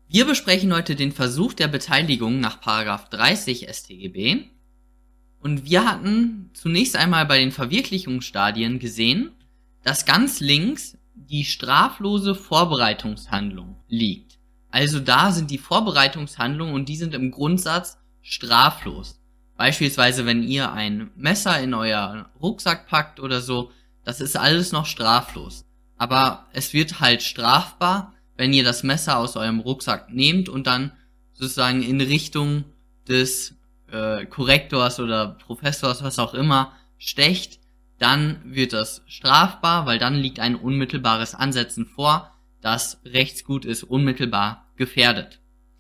Wir besprechen heute den Versuch der Beteiligung nach § 30 StGB und wir hatten zunächst einmal bei den Verwirklichungsstadien gesehen, dass ganz links die straflose Vorbereitungshandlung liegt. Also da sind die Vorbereitungshandlungen und die sind im Grundsatz straflos. Beispielsweise, wenn ihr ein Messer in euren Rucksack packt oder so, das ist alles noch straflos. Aber es wird halt strafbar, wenn ihr das Messer aus eurem Rucksack nehmt und dann sozusagen in Richtung des Korrektors oder Professors, was auch immer, stecht, dann wird das strafbar, weil dann liegt ein unmittelbares Ansetzen vor, das Rechtsgut ist unmittelbar gefährdet.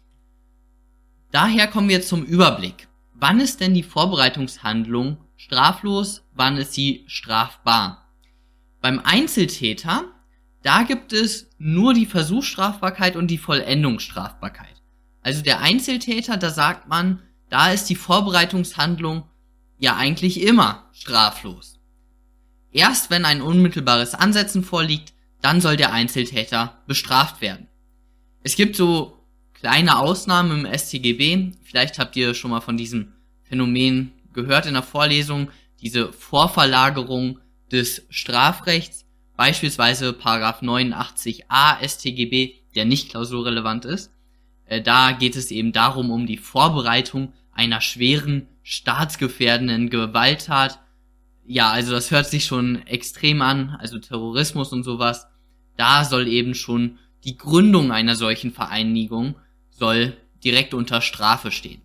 Daher kommen wir zum Überblick. Wann ist denn die Vorbereitungshandlung straflos, wann ist sie strafbar? Beim Einzeltäter, da gibt es nur die Versuchsstrafbarkeit und die Vollendungsstrafbarkeit. Also der Einzeltäter, da sagt man, da ist die Vorbereitungshandlung ja eigentlich immer straflos. Erst wenn ein unmittelbares Ansetzen vorliegt, dann soll der Einzeltäter bestraft werden. Es gibt so kleine Ausnahmen im StGB, vielleicht habt ihr schon mal von diesem Phänomen gehört in der Vorlesung, diese Vorverlagerung des Strafrechts, beispielsweise § 89a StGB, der nicht klausurrelevant ist. Da geht es eben darum, um die Vorbereitung einer schweren, staatsgefährdenden Gewalttat. Ja, also das hört sich schon extrem an, also Terrorismus und sowas. Da soll eben schon die Gründung einer solchen Vereinigung soll direkt unter Strafe stehen.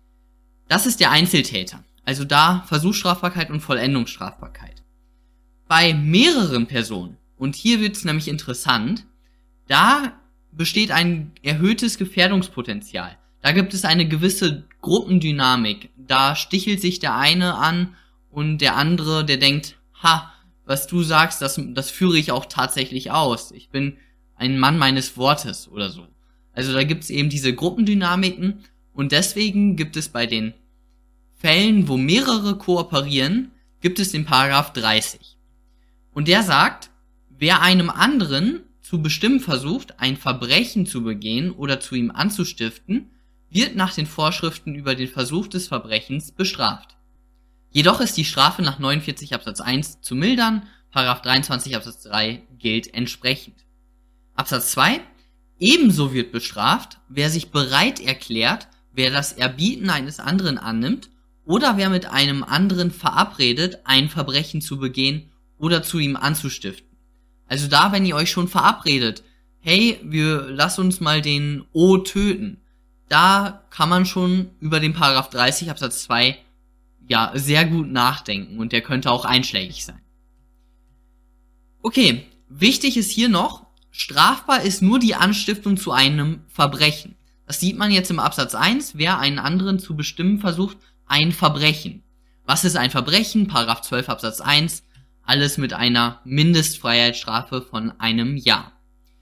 Das ist der Einzeltäter, also da Versuchsstrafbarkeit und Vollendungsstrafbarkeit. Bei mehreren Personen, und hier wird es nämlich interessant, da besteht ein erhöhtes Gefährdungspotenzial. Da gibt es eine gewisse Gruppendynamik. Da stichelt sich der eine an und der andere, der denkt, was du sagst, das führe ich auch tatsächlich aus. Ich bin ein Mann meines Wortes oder so. Also da gibt es eben diese Gruppendynamiken und deswegen gibt es bei den Fällen, wo mehrere kooperieren, gibt es den § 30. Und der sagt, wer einem anderen zu bestimmen versucht, ein Verbrechen zu begehen oder zu ihm anzustiften, wird nach den Vorschriften über den Versuch des Verbrechens bestraft. Jedoch ist die Strafe nach 49 Absatz 1 zu mildern, § 23 Absatz 3 gilt entsprechend. Absatz 2. Ebenso wird bestraft, wer sich bereit erklärt, wer das Erbieten eines anderen annimmt oder wer mit einem anderen verabredet, ein Verbrechen zu begehen oder zu ihm anzustiften. Also da, wenn ihr euch schon verabredet, hey, lass uns mal den O töten, da kann man schon über den § 30 Absatz 2 ja sehr gut nachdenken und der könnte auch einschlägig sein. Okay, wichtig ist hier noch, strafbar ist nur die Anstiftung zu einem Verbrechen. Das sieht man jetzt im Absatz 1, wer einen anderen zu bestimmen versucht, ein Verbrechen. Was ist ein Verbrechen? § 12 Absatz 1, alles mit einer Mindestfreiheitsstrafe von einem Jahr.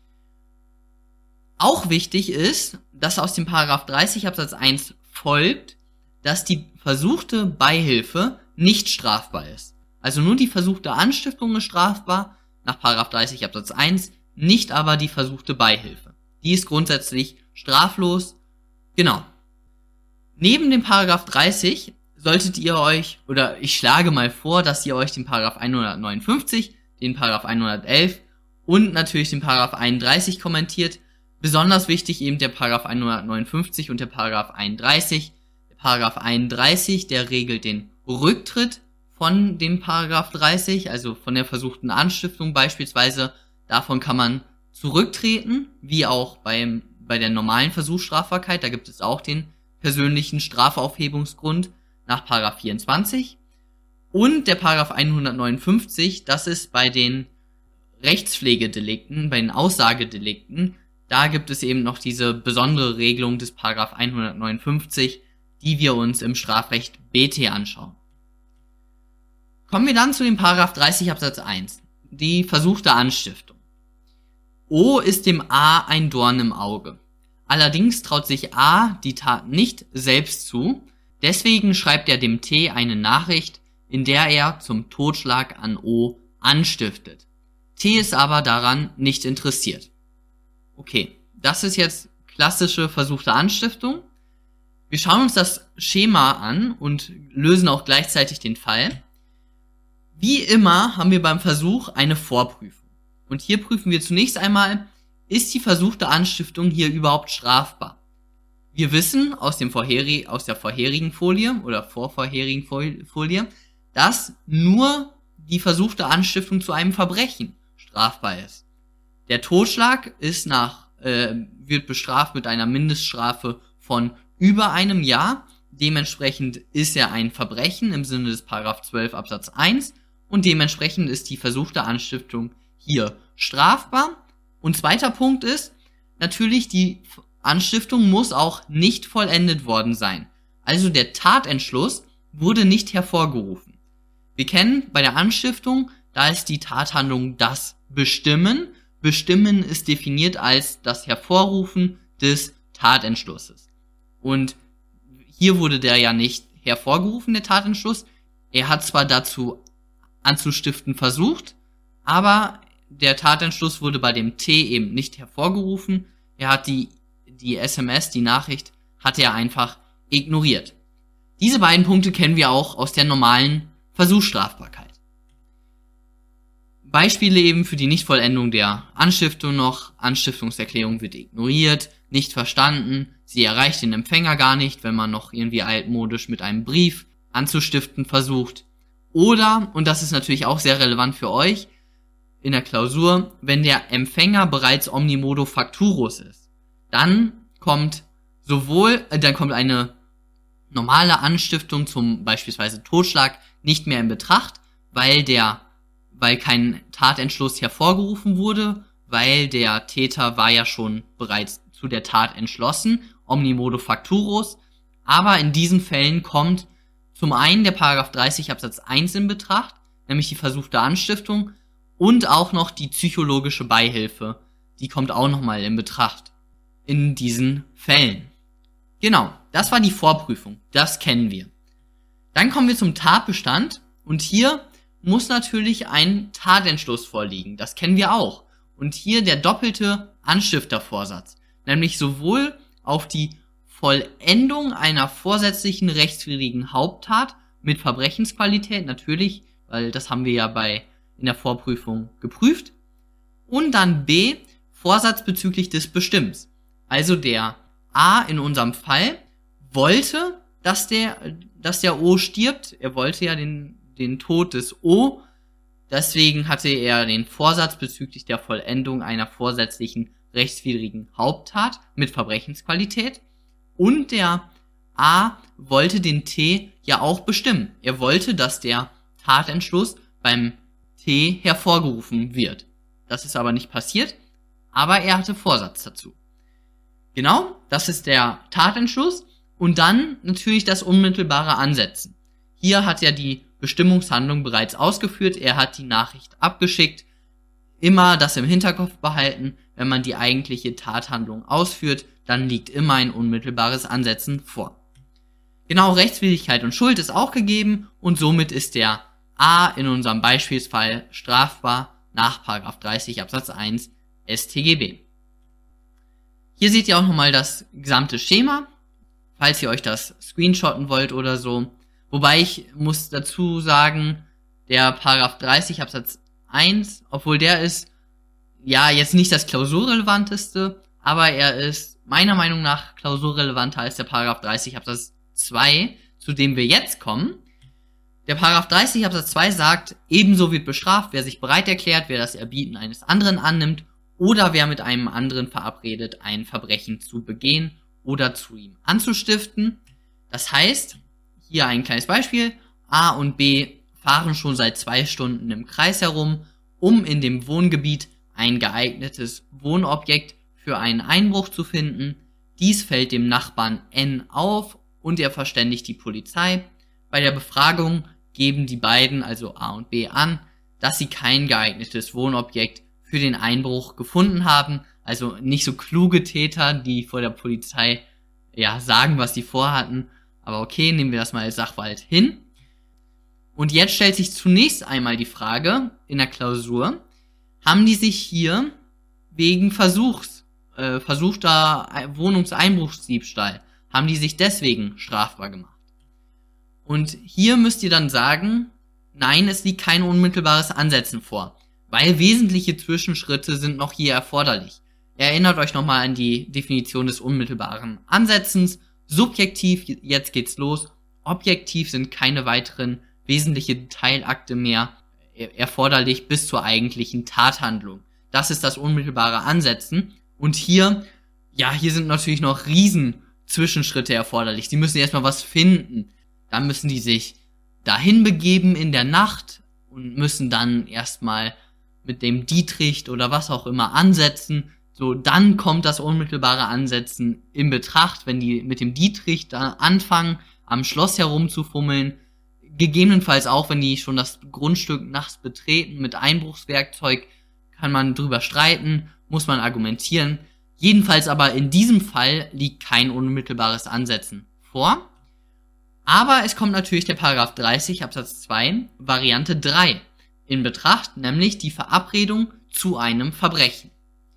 Auch wichtig ist, dass aus dem § 30 Absatz 1 folgt, dass die versuchte Beihilfe nicht strafbar ist. Also nur die versuchte Anstiftung ist strafbar nach § 30 Absatz 1, nicht aber die versuchte Beihilfe. Die ist grundsätzlich straflos. Genau. Neben dem § 30 solltet ihr euch, oder ich schlage mal vor, dass ihr euch den § 159, den § 111 und natürlich den § 31 kommentiert. Besonders wichtig eben der § 159 und der § 31. Der § 31, der regelt den Rücktritt von dem § 30, also von der versuchten Anstiftung beispielsweise. Davon kann man zurücktreten, wie auch bei der normalen Versuchsstrafbarkeit. Da gibt es auch den persönlichen Strafaufhebungsgrund nach § 24. Und der § 159, das ist bei den Rechtspflegedelikten, bei den Aussagedelikten, da gibt es eben noch diese besondere Regelung des § 159, die wir uns im Strafrecht BT anschauen. Kommen wir dann zu dem § 30 Absatz 1, die versuchte Anstiftung. O ist dem A ein Dorn im Auge. Allerdings traut sich A die Tat nicht selbst zu, deswegen schreibt er dem T eine Nachricht, in der er zum Totschlag an O anstiftet. T ist aber daran nicht interessiert. Okay, das ist jetzt klassische versuchte Anstiftung. Wir schauen uns das Schema an und lösen auch gleichzeitig den Fall. Wie immer haben wir beim Versuch eine Vorprüfung. Und hier prüfen wir zunächst einmal, ist die versuchte Anstiftung hier überhaupt strafbar? Wir wissen aus der vorherigen Folie oder vorvorherigen Folie, dass nur die versuchte Anstiftung zu einem Verbrechen strafbar ist. Der Totschlag wird bestraft mit einer Mindeststrafe von über einem Jahr. Dementsprechend ist er ein Verbrechen im Sinne des § 12 Absatz 1 und dementsprechend ist die versuchte Anstiftung hier strafbar. Und zweiter Punkt ist, natürlich die Anstiftung muss auch nicht vollendet worden sein. Also der Tatentschluss wurde nicht hervorgerufen. Wir kennen bei der Anstiftung, da ist die Tathandlung das Bestimmen. Bestimmen ist definiert als das Hervorrufen des Tatentschlusses. Und hier wurde der ja nicht hervorgerufen, der Tatentschluss. Er hat zwar dazu anzustiften versucht, aber der Tatentschluss wurde bei dem T eben nicht hervorgerufen. Er hat die SMS, die Nachricht, hat er einfach ignoriert. Diese beiden Punkte kennen wir auch aus der normalen Versuchsstrafbarkeit. Beispiele eben für die Nichtvollendung der Anstiftung noch. Anstiftungserklärung wird ignoriert, nicht verstanden, sie erreicht den Empfänger gar nicht, wenn man noch irgendwie altmodisch mit einem Brief anzustiften versucht. Oder, und das ist natürlich auch sehr relevant für euch, in der Klausur, wenn der Empfänger bereits omnimodo facturus ist, dann kommt eine normale Anstiftung zum beispielsweise Totschlag nicht mehr in Betracht, weil kein Tatentschluss hervorgerufen wurde, weil der Täter war ja schon bereits zu der Tat entschlossen, omnimodo facturus, aber in diesen Fällen kommt zum einen der § 30 Absatz 1 in Betracht, nämlich die versuchte Anstiftung, und auch noch die psychologische Beihilfe, die kommt auch nochmal in Betracht in diesen Fällen. Genau, das war die Vorprüfung, das kennen wir. Dann kommen wir zum Tatbestand und hier muss natürlich ein Tatentschluss vorliegen, das kennen wir auch. Und hier der doppelte Anstiftervorsatz, nämlich sowohl auf die Vollendung einer vorsätzlichen rechtswidrigen Haupttat mit Verbrechensqualität, natürlich, weil das haben wir ja in der Vorprüfung geprüft, und dann B, Vorsatz bezüglich des Bestimmens. Also der A in unserem Fall wollte, dass der O stirbt, er wollte ja den Tod des O, deswegen hatte er den Vorsatz bezüglich der Vollendung einer vorsätzlichen rechtswidrigen Haupttat mit Verbrechensqualität, und der A wollte den T ja auch bestimmen. Er wollte, dass der Tatentschluss beim T hervorgerufen wird. Das ist aber nicht passiert, aber er hatte Vorsatz dazu. Genau, das ist der Tatentschluss und dann natürlich das unmittelbare Ansetzen. Hier hat er die Bestimmungshandlung bereits ausgeführt, er hat die Nachricht abgeschickt. Immer das im Hinterkopf behalten, wenn man die eigentliche Tathandlung ausführt, dann liegt immer ein unmittelbares Ansetzen vor. Genau, Rechtswidrigkeit und Schuld ist auch gegeben und somit ist der A in unserem Beispielsfall strafbar nach § 30 Absatz 1 StGB. Hier seht ihr auch nochmal das gesamte Schema, falls ihr euch das screenshotten wollt oder so. Wobei ich muss dazu sagen, der § 30 Absatz 1, obwohl der ist ja jetzt nicht das klausurrelevanteste, aber er ist meiner Meinung nach klausurrelevanter als der § 30 Absatz 2, zu dem wir jetzt kommen. Der § 30 Absatz 2 sagt, ebenso wird bestraft, wer sich bereit erklärt, wer das Erbieten eines anderen annimmt oder wer mit einem anderen verabredet, ein Verbrechen zu begehen oder zu ihm anzustiften. Das heißt, hier ein kleines Beispiel, A und B fahren schon seit 2 Stunden im Kreis herum, um in dem Wohngebiet ein geeignetes Wohnobjekt für einen Einbruch zu finden. Dies fällt dem Nachbarn N auf und er verständigt die Polizei. Bei der Befragung geben die beiden, also A und B, an, dass sie kein geeignetes Wohnobjekt für den Einbruch gefunden haben. Also nicht so kluge Täter, die vor der Polizei sagen, was sie vorhatten. Aber okay, nehmen wir das mal als Sachverhalt hin. Und jetzt stellt sich zunächst einmal die Frage in der Klausur, haben die sich hier wegen Versuchs versuchter Wohnungseinbruchsdiebstahl, haben die sich deswegen strafbar gemacht. Und hier müsst ihr dann sagen, nein, es liegt kein unmittelbares Ansetzen vor, weil wesentliche Zwischenschritte sind noch hier erforderlich. Erinnert euch nochmal an die Definition des unmittelbaren Ansetzens. Subjektiv, jetzt geht's los. Objektiv sind keine weiteren wesentliche Teilakte mehr erforderlich bis zur eigentlichen Tathandlung. Das ist das unmittelbare Ansetzen. Und hier sind natürlich noch riesen Zwischenschritte erforderlich. Sie müssen erstmal was finden. Dann müssen die sich dahin begeben in der Nacht und müssen dann erstmal mit dem Dietrich oder was auch immer ansetzen. So, dann kommt das unmittelbare Ansetzen in Betracht, wenn die mit dem Dietrich da anfangen, am Schloss herumzufummeln. Gegebenenfalls auch, wenn die schon das Grundstück nachts betreten mit Einbruchswerkzeug, kann man drüber streiten, muss man argumentieren. Jedenfalls aber in diesem Fall liegt kein unmittelbares Ansetzen vor. Aber es kommt natürlich der Paragraph 30 Absatz 2 Variante 3 in Betracht, nämlich die Verabredung zu einem Verbrechen.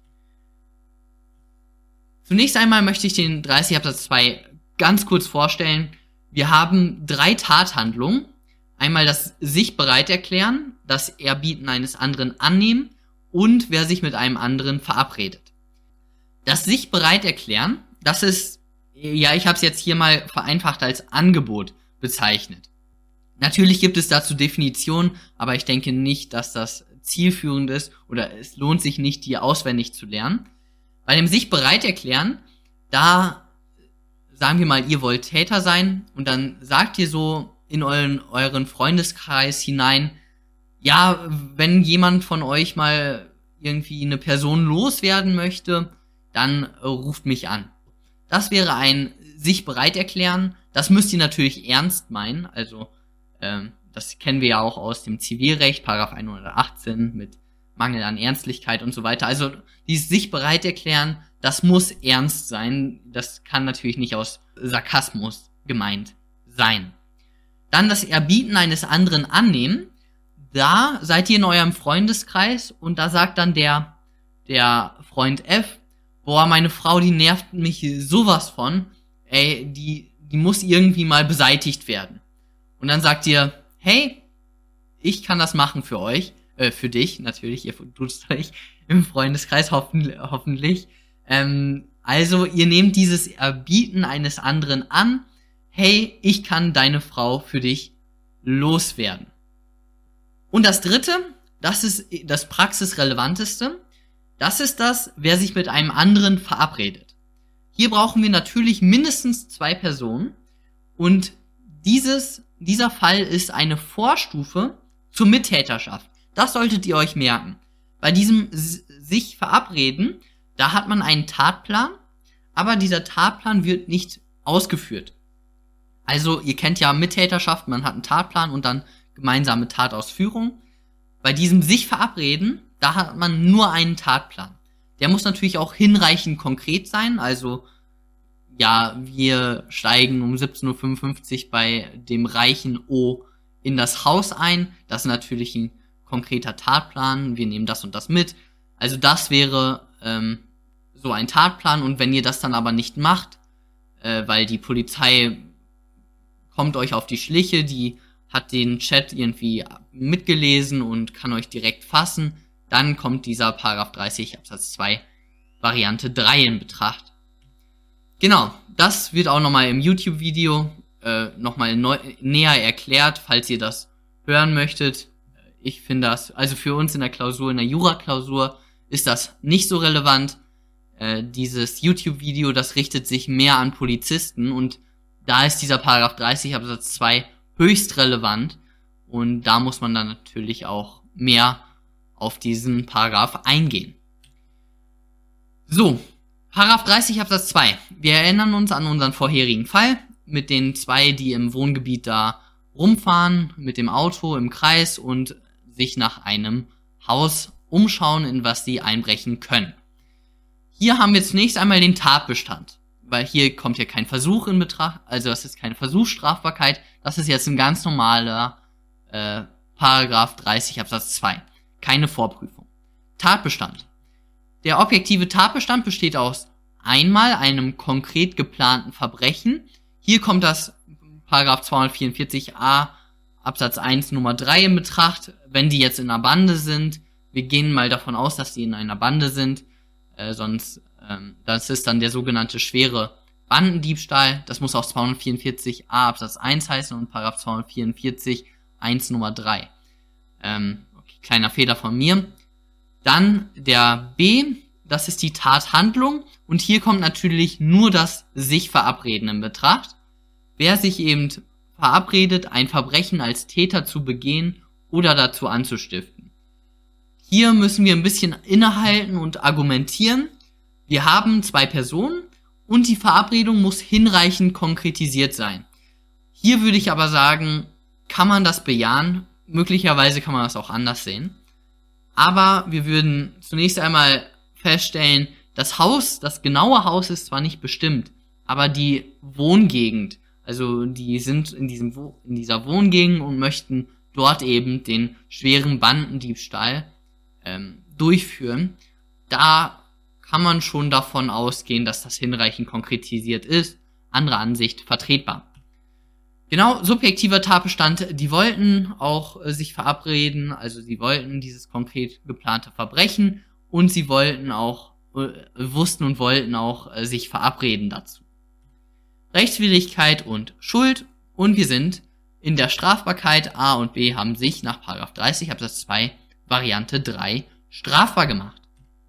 Zunächst einmal möchte ich den 30 Absatz 2 ganz kurz vorstellen. Wir haben 3 Tathandlungen. Einmal das sich bereit erklären, das Erbieten eines anderen annehmen und wer sich mit einem anderen verabredet. Das sich bereit erklären, das ist, ja, ich habe es jetzt hier mal vereinfacht als Angebot bezeichnet. Natürlich gibt es dazu Definitionen, aber ich denke nicht, dass das zielführend ist oder es lohnt sich nicht, die auswendig zu lernen. Bei dem sich bereit erklären, da sagen wir mal, ihr wollt Täter sein und dann sagt ihr so in euren Freundeskreis hinein, ja, wenn jemand von euch mal irgendwie eine Person loswerden möchte, dann ruft mich an. Das wäre ein sich bereit erklären. Das müsst ihr natürlich ernst meinen. Also das kennen wir ja auch aus dem Zivilrecht, Paragraph 118 mit Mangel an Ernstlichkeit und so weiter. Also dieses sich bereit erklären, das muss ernst sein. Das kann natürlich nicht aus Sarkasmus gemeint sein. Dann das Erbieten eines anderen annehmen. Da seid ihr in eurem Freundeskreis und da sagt dann der Freund F, boah, meine Frau, die nervt mich sowas von, ey, die muss irgendwie mal beseitigt werden. Und dann sagt ihr, hey, ich kann das machen für euch, für dich, natürlich, ihr tut's euch im Freundeskreis, hoffentlich. Also, ihr nehmt dieses Erbieten eines anderen an, hey, ich kann deine Frau für dich loswerden. Und das dritte, das ist das praxisrelevanteste, das ist das, wer sich mit einem anderen verabredet. Hier brauchen wir natürlich mindestens 2 Personen und dieser Fall ist eine Vorstufe zur Mittäterschaft. Das solltet ihr euch merken. Bei diesem sich verabreden, da hat man einen Tatplan, aber dieser Tatplan wird nicht ausgeführt. Also ihr kennt ja Mittäterschaft, man hat einen Tatplan und dann gemeinsame Tatausführung. Bei diesem sich verabreden, da hat man nur einen Tatplan. Der muss natürlich auch hinreichend konkret sein, also ja, wir steigen um 17:55 Uhr bei dem reichen O in das Haus ein. Das ist natürlich ein konkreter Tatplan, wir nehmen das und das mit. Also das wäre so ein Tatplan und wenn ihr das dann aber nicht macht, weil die Polizei kommt euch auf die Schliche, die hat den Chat irgendwie mitgelesen und kann euch direkt fassen, dann kommt dieser Paragraph 30 Absatz 2 Variante 3 in Betracht. Genau, das wird auch nochmal im YouTube-Video nochmal näher erklärt, falls ihr das hören möchtet. Ich finde das, also für uns in der Klausur, in der Jura-Klausur, ist das nicht so relevant. Dieses YouTube-Video, das richtet sich mehr an Polizisten und da ist dieser Paragraph 30 Absatz 2 höchst relevant und da muss man dann natürlich auch mehr auf diesen Paragraph eingehen. So, Paragraph 30 Absatz 2. Wir erinnern uns an unseren vorherigen Fall mit den 2, die im Wohngebiet da rumfahren, mit dem Auto im Kreis und sich nach einem Haus umschauen, in was sie einbrechen können. Hier haben wir zunächst einmal den Tatbestand, weil hier kommt ja kein Versuch in Betracht, also das ist keine Versuchsstrafbarkeit, das ist jetzt ein ganz normaler Paragraph 30 Absatz 2. Keine Vorprüfung. Tatbestand. Der objektive Tatbestand besteht aus einmal einem konkret geplanten Verbrechen. Hier kommt das Paragraph 244a Absatz 1 Nummer 3 in Betracht, wenn die jetzt in einer Bande sind. Wir gehen mal davon aus, dass die in einer Bande sind, das ist dann der sogenannte schwere Bandendiebstahl. Das muss auch 244a Absatz 1 heißen und Paragraph 244 1 Nummer 3. Okay, kleiner Fehler von mir. Dann der B, das ist die Tathandlung und hier kommt natürlich nur das sich verabreden in Betracht. Wer sich eben verabredet, ein Verbrechen als Täter zu begehen oder dazu anzustiften. Hier müssen wir ein bisschen innehalten und argumentieren. Wir haben 2 Personen und die Verabredung muss hinreichend konkretisiert sein. Hier würde ich aber sagen, kann man das bejahen? Möglicherweise kann man das auch anders sehen. Aber wir würden zunächst einmal feststellen, das genaue Haus ist zwar nicht bestimmt, aber die Wohngegend, also die sind in dieser Wohngegend und möchten dort eben den schweren Bandendiebstahl durchführen. Da kann man schon davon ausgehen, dass das hinreichend konkretisiert ist. Andere Ansicht vertretbar. Genau, subjektiver Tatbestand, die wollten auch sich verabreden, also sie wollten dieses konkret geplante Verbrechen und sie wollten auch, wussten und wollten auch sich verabreden dazu. Rechtswidrigkeit und Schuld und wir sind in der Strafbarkeit. A und B haben sich nach § 30 Absatz 2 Variante 3 strafbar gemacht.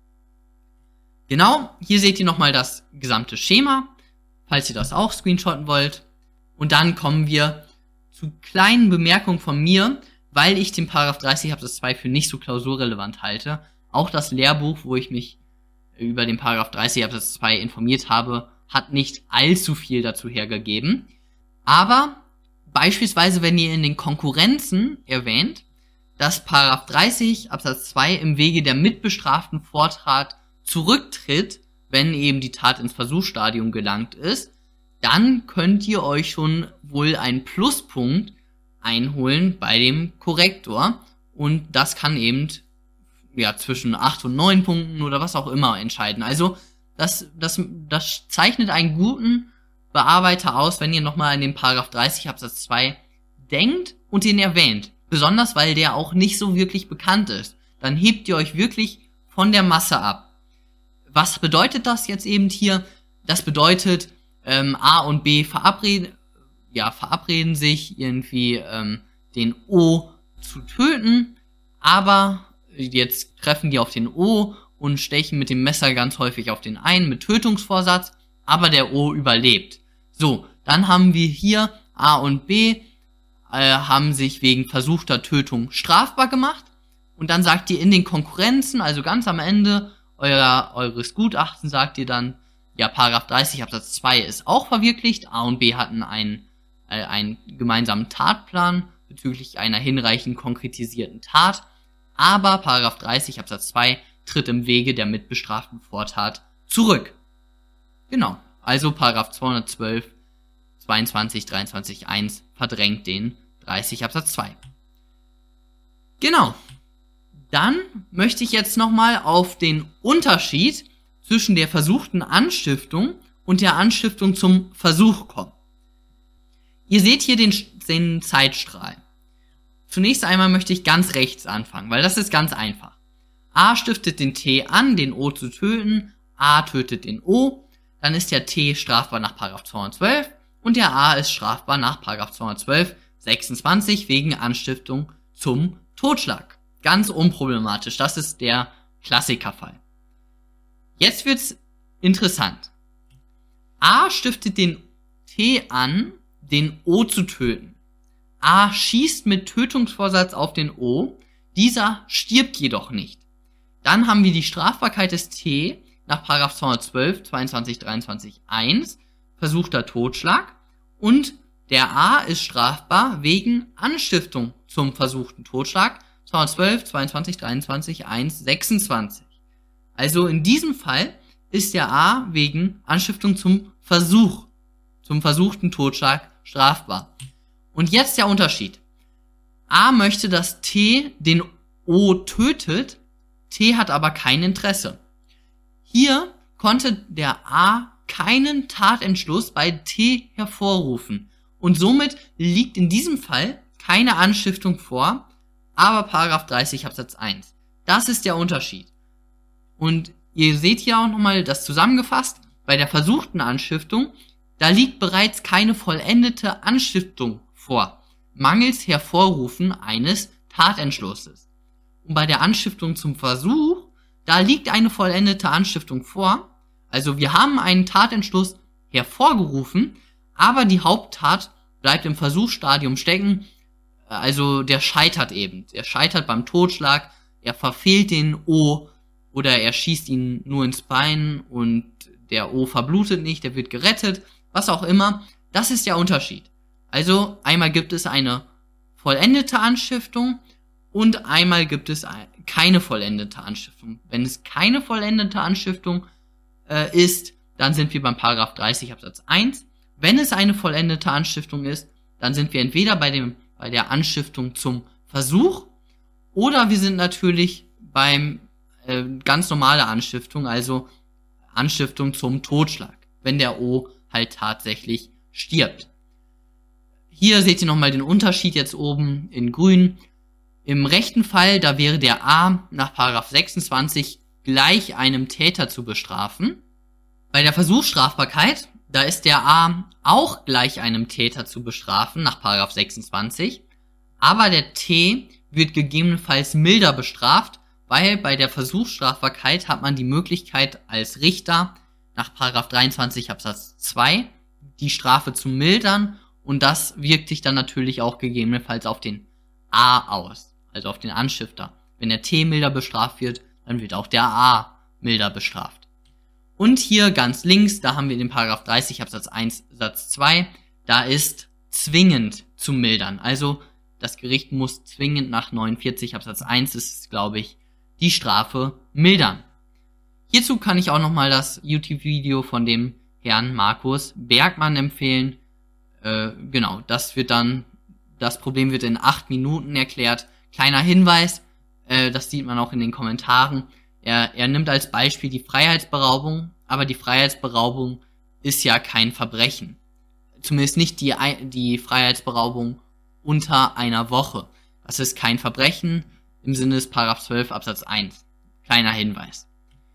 Genau, hier seht ihr nochmal das gesamte Schema, falls ihr das auch screenshotten wollt. Und dann kommen wir zu kleinen Bemerkungen von mir, weil ich den § 30 Absatz 2 für nicht so klausurrelevant halte. Auch das Lehrbuch, wo ich mich über den § 30 Absatz 2 informiert habe, hat nicht allzu viel dazu hergegeben. Aber beispielsweise, wenn ihr in den Konkurrenzen erwähnt, dass § 30 Absatz 2 im Wege der mitbestraften Vortat zurücktritt, wenn eben die Tat ins Versuchsstadium gelangt ist, dann könnt ihr euch schon wohl einen Pluspunkt einholen bei dem Korrektor und das kann eben zwischen 8 und 9 Punkten oder was auch immer entscheiden. Also das zeichnet einen guten Bearbeiter aus, wenn ihr nochmal an den § 30 Absatz 2 denkt und den erwähnt. Besonders, weil der auch nicht so wirklich bekannt ist. Dann hebt ihr euch wirklich von der Masse ab. Was bedeutet das jetzt eben hier? Das bedeutet, A und B verabreden sich irgendwie den O zu töten, aber jetzt treffen die auf den O und stechen mit dem Messer ganz häufig auf den einen mit Tötungsvorsatz, aber der O überlebt. So, dann haben wir hier A und B haben sich wegen versuchter Tötung strafbar gemacht und dann sagt ihr in den Konkurrenzen, also ganz am Ende eures Gutachtens sagt ihr dann, ja, § 30 Absatz 2 ist auch verwirklicht, A und B hatten einen gemeinsamen Tatplan bezüglich einer hinreichend konkretisierten Tat, aber § 30 Absatz 2 tritt im Wege der mitbestraften Vortat zurück. Genau, also § 212, 22, 23, 1 verdrängt den 30 Absatz 2. Genau. Dann möchte ich jetzt nochmal auf den Unterschied zwischen der versuchten Anstiftung und der Anstiftung zum Versuch kommen. Ihr seht hier den Zeitstrahl. Zunächst einmal möchte ich ganz rechts anfangen, weil das ist ganz einfach. A stiftet den T an, den O zu töten, A tötet den O, dann ist der T strafbar nach § 212 und der A ist strafbar nach § 212 26 wegen Anstiftung zum Totschlag. Ganz unproblematisch, das ist der Klassikerfall. Jetzt wird's interessant. A stiftet den T an, den O zu töten. A schießt mit Tötungsvorsatz auf den O, dieser stirbt jedoch nicht. Dann haben wir die Strafbarkeit des T nach § 212, 22, 23, 1, versuchter Totschlag und der A ist strafbar wegen Anstiftung zum versuchten Totschlag, 212, 22, 23, 1, 26. Also in diesem Fall ist der A wegen Anstiftung zum versuchten Totschlag strafbar. Und jetzt der Unterschied. A möchte, dass T den O tötet, T hat aber kein Interesse. Hier konnte der A keinen Tatentschluss bei T hervorrufen und somit liegt in diesem Fall keine Anstiftung vor, aber § 30 Absatz 1. Das ist der Unterschied. Und ihr seht hier auch nochmal das zusammengefasst, bei der versuchten Anstiftung, da liegt bereits keine vollendete Anstiftung vor, mangels Hervorrufen eines Tatentschlusses. Und bei der Anstiftung zum Versuch, da liegt eine vollendete Anstiftung vor, also wir haben einen Tatentschluss hervorgerufen, aber die Haupttat bleibt im Versuchsstadium stecken, also der scheitert eben. Er scheitert beim Totschlag, er verfehlt den O oder er schießt ihn nur ins Bein und der O verblutet nicht, der wird gerettet, was auch immer. Das ist der Unterschied. Also einmal gibt es eine vollendete Anstiftung und einmal gibt es keine vollendete Anstiftung. Wenn es keine vollendete Anstiftung ist, dann sind wir beim § 30 Absatz 1. Wenn es eine vollendete Anstiftung ist, dann sind wir entweder bei der Anstiftung zum Versuch oder wir sind natürlich beim ganz normale Anstiftung, also Anstiftung zum Totschlag, wenn der O halt tatsächlich stirbt. Hier seht ihr nochmal den Unterschied jetzt oben in grün. Im rechten Fall, da wäre der A nach § 26 gleich einem Täter zu bestrafen. Bei der Versuchsstrafbarkeit, da ist der A auch gleich einem Täter zu bestrafen nach § 26, aber der T wird gegebenenfalls milder bestraft, weil bei der Versuchsstrafbarkeit hat man die Möglichkeit als Richter nach § 23 Absatz 2 die Strafe zu mildern und das wirkt sich dann natürlich auch gegebenenfalls auf den A aus, also auf den Anstifter. Wenn der T milder bestraft wird, dann wird auch der A milder bestraft. Und hier ganz links, da haben wir den § 30 Absatz 1 Satz 2, da ist zwingend zu mildern. Also das Gericht muss zwingend nach 49 Absatz 1, das ist glaube ich, die Strafe mildern. Hierzu kann ich auch nochmal das YouTube-Video von dem Herrn Markus Bergmann empfehlen. Genau, das Problem wird in 8 Minuten erklärt. Kleiner Hinweis, das sieht man auch in den Kommentaren. Er nimmt als Beispiel die Freiheitsberaubung, aber die Freiheitsberaubung ist ja kein Verbrechen. Zumindest nicht die Freiheitsberaubung unter einer Woche. Das ist kein Verbrechen im Sinne des § 12 Absatz 1. Kleiner Hinweis.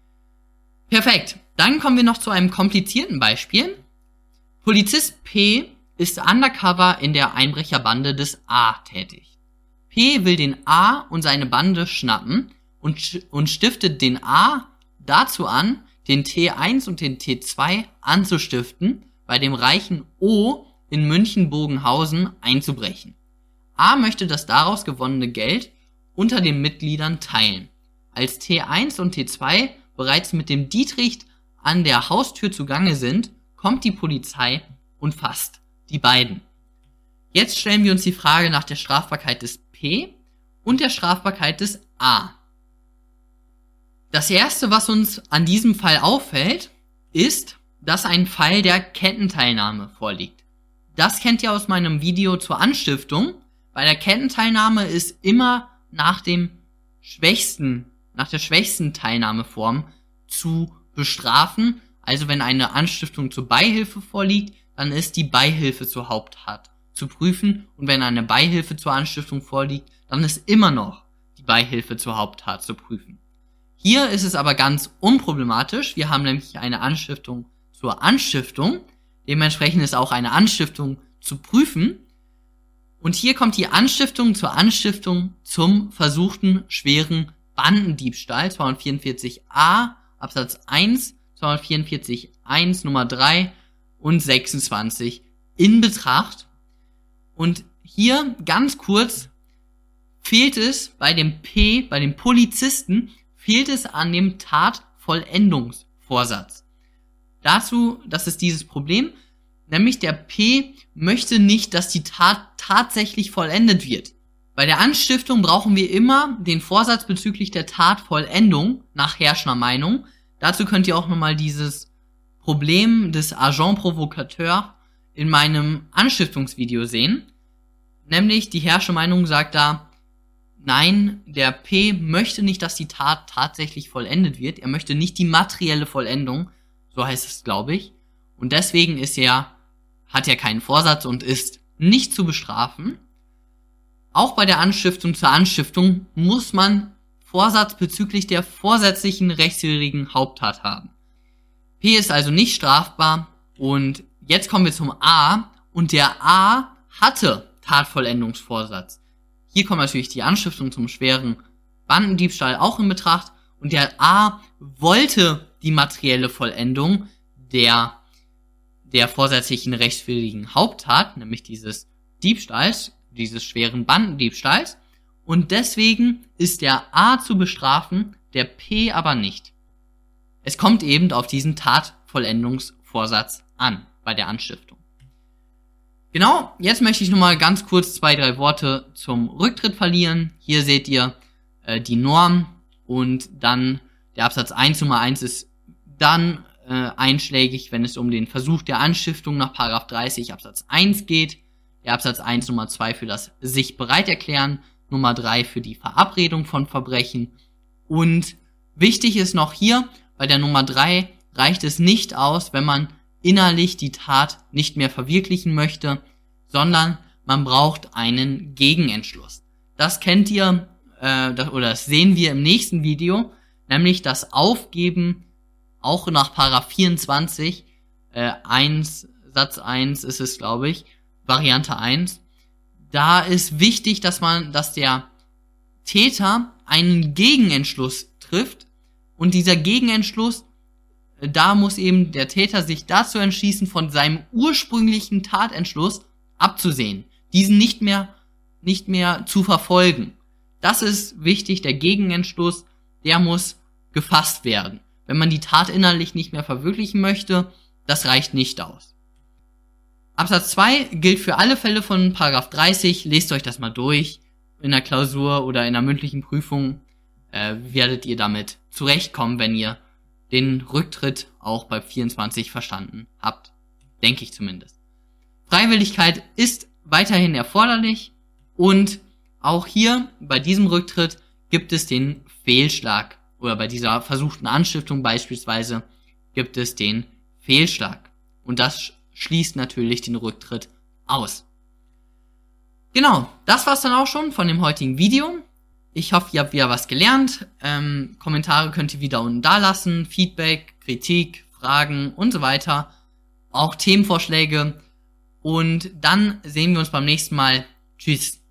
Perfekt. Dann kommen wir noch zu einem komplizierten Beispiel. Polizist P ist undercover in der Einbrecherbande des A tätig. P will den A und seine Bande schnappen und stiftet den A dazu an, den T1 und den T2 anzustiften, bei dem reichen O in München-Bogenhausen einzubrechen. A möchte das daraus gewonnene Geld unter den Mitgliedern teilen. Als T1 und T2 bereits mit dem Dietrich an der Haustür zugange sind, kommt die Polizei und fasst die beiden. Jetzt stellen wir uns die Frage nach der Strafbarkeit des P und der Strafbarkeit des A. Das erste, was uns an diesem Fall auffällt, ist, dass ein Fall der Kettenteilnahme vorliegt. Das kennt ihr aus meinem Video zur Anstiftung. Bei der Kettenteilnahme ist immer nach der schwächsten Teilnahmeform zu bestrafen. Also wenn eine Anstiftung zur Beihilfe vorliegt, dann ist die Beihilfe zur Haupttat zu prüfen. Und wenn eine Beihilfe zur Anstiftung vorliegt, dann ist immer noch die Beihilfe zur Haupttat zu prüfen. Hier ist es aber ganz unproblematisch. Wir haben nämlich eine Anstiftung zur Anstiftung. Dementsprechend ist auch eine Anstiftung zu prüfen. Und hier kommt die Anstiftung zur Anstiftung zum versuchten schweren Bandendiebstahl, 244a Absatz 1, 244.1 Nummer 3 und 26 in Betracht. Und hier ganz kurz fehlt es bei dem P, bei dem Polizisten, fehlt es an dem Tatvollendungsvorsatz. Dazu, das ist dieses Problem, nämlich der P möchte nicht, dass die Tat tatsächlich vollendet wird. Bei der Anstiftung brauchen wir immer den Vorsatz bezüglich der Tatvollendung nach Herrschner Meinung. Dazu könnt ihr auch nochmal dieses Problem des Agent Provocateur in meinem Anstiftungsvideo sehen. Nämlich die Herrschner Meinung sagt da, Nein, der P möchte nicht, dass die Tat tatsächlich vollendet wird. Er möchte nicht die materielle Vollendung, so heißt es, glaube ich. Und deswegen hat er keinen Vorsatz und ist nicht zu bestrafen. Auch bei der Anstiftung zur Anstiftung muss man Vorsatz bezüglich der vorsätzlichen rechtswidrigen Haupttat haben. P ist also nicht strafbar. Und jetzt kommen wir zum A. Und der A hatte Tatvollendungsvorsatz. Hier kommt natürlich die Anstiftung zum schweren Bandendiebstahl auch in Betracht. Und der A wollte die materielle Vollendung der vorsätzlichen rechtswidrigen Haupttat, nämlich dieses Diebstahls, dieses schweren Bandendiebstahls. Und deswegen ist der A zu bestrafen, der P aber nicht. Es kommt eben auf diesen Tatvollendungsvorsatz an bei der Anstiftung. Genau, jetzt möchte ich nochmal ganz kurz 2-3 Worte zum Rücktritt verlieren. Hier seht ihr die Norm und dann der Absatz 1 Nummer 1 ist dann einschlägig, wenn es um den Versuch der Anstiftung nach § 30 Absatz 1 geht. Der Absatz 1 Nummer 2 für das sich bereit erklären, Nummer 3 für die Verabredung von Verbrechen. Und wichtig ist noch hier, bei der Nummer 3 reicht es nicht aus, wenn man innerlich die Tat nicht mehr verwirklichen möchte, sondern man braucht einen Gegenentschluss. Das kennt ihr, das sehen wir im nächsten Video, nämlich das Aufgeben auch nach § 24, 1, Satz 1 ist es, glaube ich, Variante 1. Da ist wichtig, dass der Täter einen Gegenentschluss trifft und dieser Gegenentschluss, da muss eben der Täter sich dazu entschließen, von seinem ursprünglichen Tatentschluss abzusehen, diesen nicht mehr zu verfolgen. Das ist wichtig, der Gegenentschluss, der muss gefasst werden. Wenn man die Tat innerlich nicht mehr verwirklichen möchte, das reicht nicht aus. Absatz 2 gilt für alle Fälle von § 30. Lest euch das mal durch. In der Klausur oder in der mündlichen Prüfung werdet ihr damit zurechtkommen, wenn ihr den Rücktritt auch bei 24 verstanden habt. Denke ich zumindest. Freiwilligkeit ist weiterhin erforderlich und auch hier bei diesem Rücktritt gibt es den Fehlschlag. Oder bei dieser versuchten Anstiftung beispielsweise gibt es den Fehlschlag. Und das schließt natürlich den Rücktritt aus. Genau, das war's dann auch schon von dem heutigen Video. Ich hoffe, ihr habt wieder was gelernt. Kommentare könnt ihr wieder unten da lassen. Feedback, Kritik, Fragen und so weiter. Auch Themenvorschläge. Und dann sehen wir uns beim nächsten Mal. Tschüss.